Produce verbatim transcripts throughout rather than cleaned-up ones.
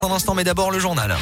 Un instant, mais d'abord le journal.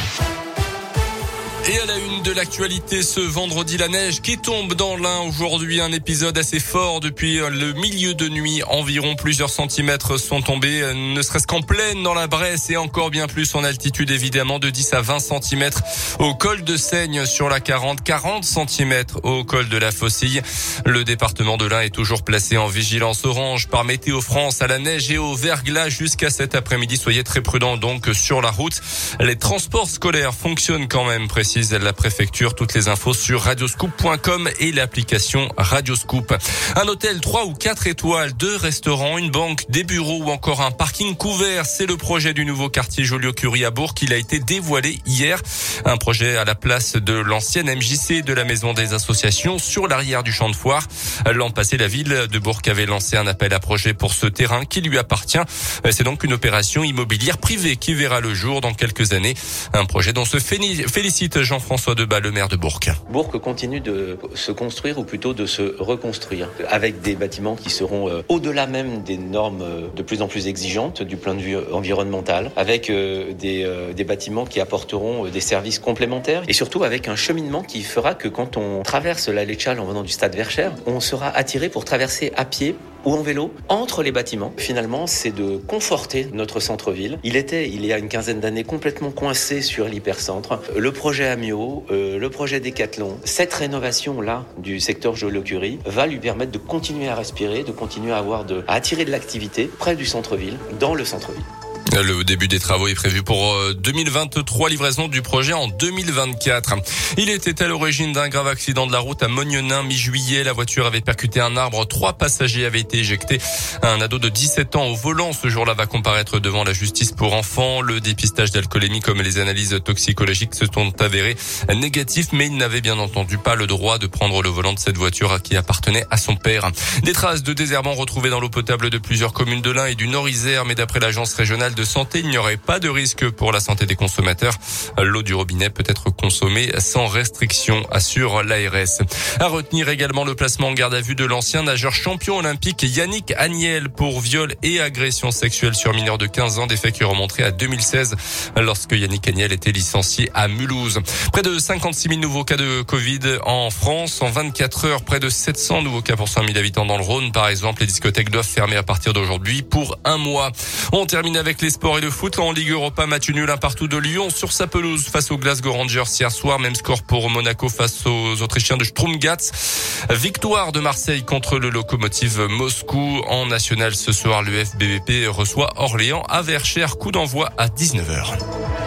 Et à la une de l'actualité ce vendredi, la neige qui tombe dans l'Ain. Aujourd'hui, un épisode assez fort depuis le milieu de nuit. Environ plusieurs centimètres sont tombés, ne serait-ce qu'en plaine dans la Bresse et encore bien plus en altitude évidemment, de dix à vingt centimètres au col de Seigne sur la quarante, quarante centimètres au col de la Faucille. Le département de l'Ain est toujours placé en vigilance orange par Météo France à la neige et au verglas jusqu'à cet après-midi. Soyez très prudents donc sur la route. Les transports scolaires fonctionnent quand même, précise la préfecture. Toutes les infos sur radioscoop point com et l'application Radioscoop. Un hôtel trois ou quatre étoiles, deux restaurants, une banque, des bureaux ou encore un parking couvert. C'est le projet du nouveau quartier Joliot-Curie à Bourg. Il a été dévoilé hier. Un projet à la place de l'ancienne M J C de la Maison des Associations sur l'arrière du champ de foire. L'an passé, la ville de Bourg avait lancé un appel à projet pour ce terrain qui lui appartient. C'est donc une opération immobilière privée qui verra le jour dans quelques années. Un projet dont se félicite Jean-François Debat, le maire de Bourg. Bourg continue de se construire ou plutôt de se reconstruire avec des bâtiments qui seront euh, au-delà même des normes euh, de plus en plus exigeantes du point de vue environnemental, avec euh, des, euh, des bâtiments qui apporteront euh, des services complémentaires et surtout avec un cheminement qui fera que quand on traverse l'allée de Châles en venant du stade Verchères, on sera attiré pour traverser à pied ou en vélo entre les bâtiments. Finalement, c'est de conforter notre centre-ville. Il était, il y a une quinzaine d'années, complètement coincé sur l'hypercentre. Le projet Amio, euh, le projet Décathlon, cette rénovation-là du secteur Joliot-Curie va lui permettre de continuer à respirer, de continuer à avoir de, à attirer de l'activité près du centre-ville, dans le centre-ville. Le début des travaux est prévu pour deux mille vingt-trois, livraison du projet en deux mille vingt-quatre. Il était à l'origine d'un grave accident de la route à Mognenin mi-juillet. La voiture avait percuté un arbre, trois passagers avaient été éjectés. Un ado de dix-sept ans au volant ce jour-là va comparaître devant la justice pour enfants. Le dépistage d'alcoolémie comme les analyses toxicologiques se sont avérés négatifs, mais il n'avait bien entendu pas le droit de prendre le volant de cette voiture qui appartenait à son père. Des traces de désherbant retrouvées dans l'eau potable de plusieurs communes de l'Ain et du Nord-Isère, mais d'après l'agence régionale de santé, il n'y aurait pas de risque pour la santé des consommateurs. L'eau du robinet peut être consommée sans restriction, assure l'A R S. À retenir également le placement en garde à vue de l'ancien nageur champion olympique Yannick Agnel pour viol et agression sexuelle sur mineur de quinze ans, des faits qui remonteraient à deux mille seize lorsque Yannick Agnel était licencié à Mulhouse. Près de cinquante-six mille nouveaux cas de Covid en France. En vingt-quatre heures, près de sept cents nouveaux cas pour cent mille habitants dans le Rhône. Par exemple, les discothèques doivent fermer à partir d'aujourd'hui pour un mois. On termine avec les sports et le foot. En Ligue Europa, match nul un partout de Lyon sur sa pelouse face aux Glasgow Rangers hier soir. Même score pour Monaco face aux Autrichiens de Sturm Graz. Victoire de Marseille contre le Lokomotiv Moscou. En national ce soir, le F B V P reçoit Orléans à Verchères. Coup d'envoi à dix-neuf heures.